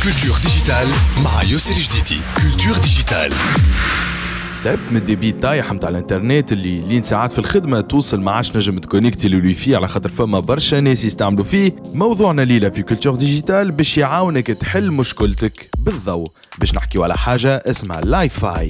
كولتور ديجيتال مع ياسر جديدي. كولتور ديجيتال. تعبت من الديبي طايح متاع الانترنت اللي لين ساعات في الخدمه توصل ما عادش نجم تكونيكتي للوي في على خاطر فما برشا ناس يستعملوا فيه. موضوعنا ليله في كولتور ديجيتال باش يعاونك تحل مشكلتك بالضوء، باش نحكيو على حاجه اسمها لاي فاي.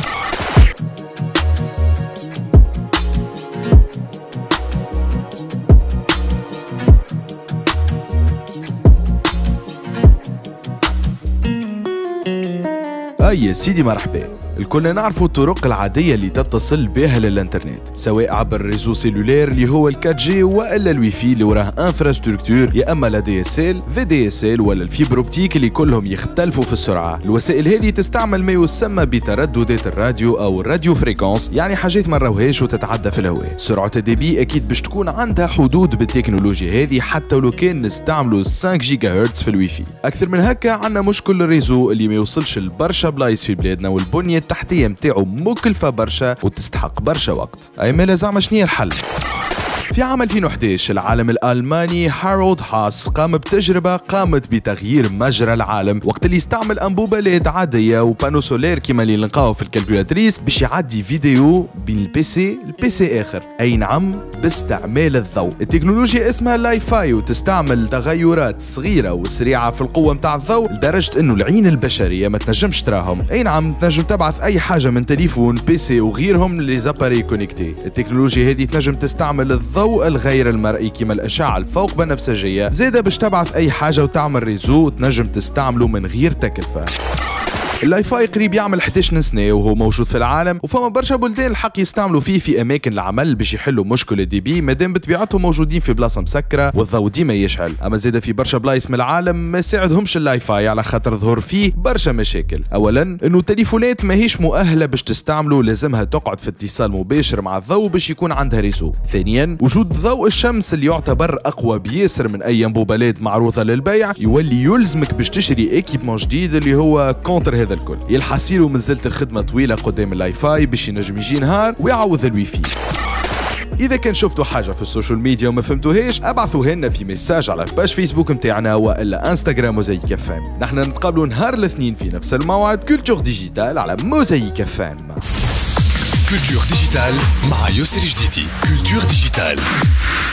يا سيدي مرحبا. الكل نعرفوا الطرق العادية اللي تتصل بها للانترنت، سواء عبر الريزو سيلولير اللي هو ال4G وإلا الوي في اللي وراه انفراستركتور، يا اما لا دي اس ال في دي اس ال ولا الفيبر اوبتيك اللي كلهم يختلفوا في السرعة. الوسائل هذه تستعمل ما يسمى بترددات الراديو او الراديو فريكونس، يعني حاجات ما نراوهاش وتتعدى في الهواء. سرعة الدي اكيد باش تكون عندها حدود بالتكنولوجيا هذه، حتى ولو كان نستعملوا 5 جيجا هرتز في الوي في. اكثر من هكا عندنا مشكل الريزو اللي ما يوصلش لبرشا بلايص في بلادنا، والبنية التحتية متاعو مكلفة برشا وتستحق برشا وقت. اي مالا زعما شنيا الحل؟ في عام 2011 العالم الألماني هارولد هاس قام بتجربة قامت بتغيير مجرى العالم، وقت اللي استعمل أنبوبة ليد عادية وبانو سولير كيما اللي نلقاوه في الكالكولاتريس باش يعدي فيديو بين البي سي آخر، أي نعم باستعمال الضوء. التكنولوجيا اسمها لاي فاي وتستعمل تغيرات صغيرة وسريعة في القوة متاع الضوء لدرجة انه العين البشرية ما تنجمش تراهم. أي نعم تنجم تبعث أي حاجة من تليفون بي سي وغيرهم لزاباري كونيكتي. التكنولوجيا هذه تنجم تستعمل الضوء الغير المرئي كيما الأشعة الفوق بنفسجية، زيدا باش تبعث أي حاجة وتعمل ريزو تنجم تستعمله من غير تكلفة. اللاي فاي قريب يعمل 11 سنة وهو موجود في العالم، وفما برشا بلدان الحق يستعملوا فيه في اماكن العمل باش يحلوا مشكل الدي بي، مادام بطبيعتهم موجودين في بلاصه مسكره والضوء ديما يشعل. اما زيدا في برشا بلايص من العالم ما يساعدهمش اللاي فاي على خاطر ظهور فيه برشا مشاكل. اولا انه التليفونات ماهيش مؤهله باش تستعمله، لازمها تقعد في اتصال مباشر مع الضوء باش يكون عندها ريزو. ثانيا وجود ضوء الشمس اللي يعتبر اقوى بياسر من اي انبوبه ليد معروضه للبيع، يولي يلزمك باش تشتري ايكيبمون جديد اللي هو كونتر هذا الكل. يلحسيلو مازالت الخدمة طويلة قدام اللاي فاي باش ينجم يجي نهار ويعوض الوي في. إذا كان شفتوا حاجة في السوشيال ميديا وما فهمتوهاش ابعثوها لنا في ميساج على باش فيسبوك متاعنا وإلا انستغرام موزايك اف ام. نحن نتقابلوا نهار الاثنين في نفس الموعد كولتور ديجيتال على موزايك اف ام. كولتور ديجيتال مع ياسر جديدي. كولتور ديجيتال.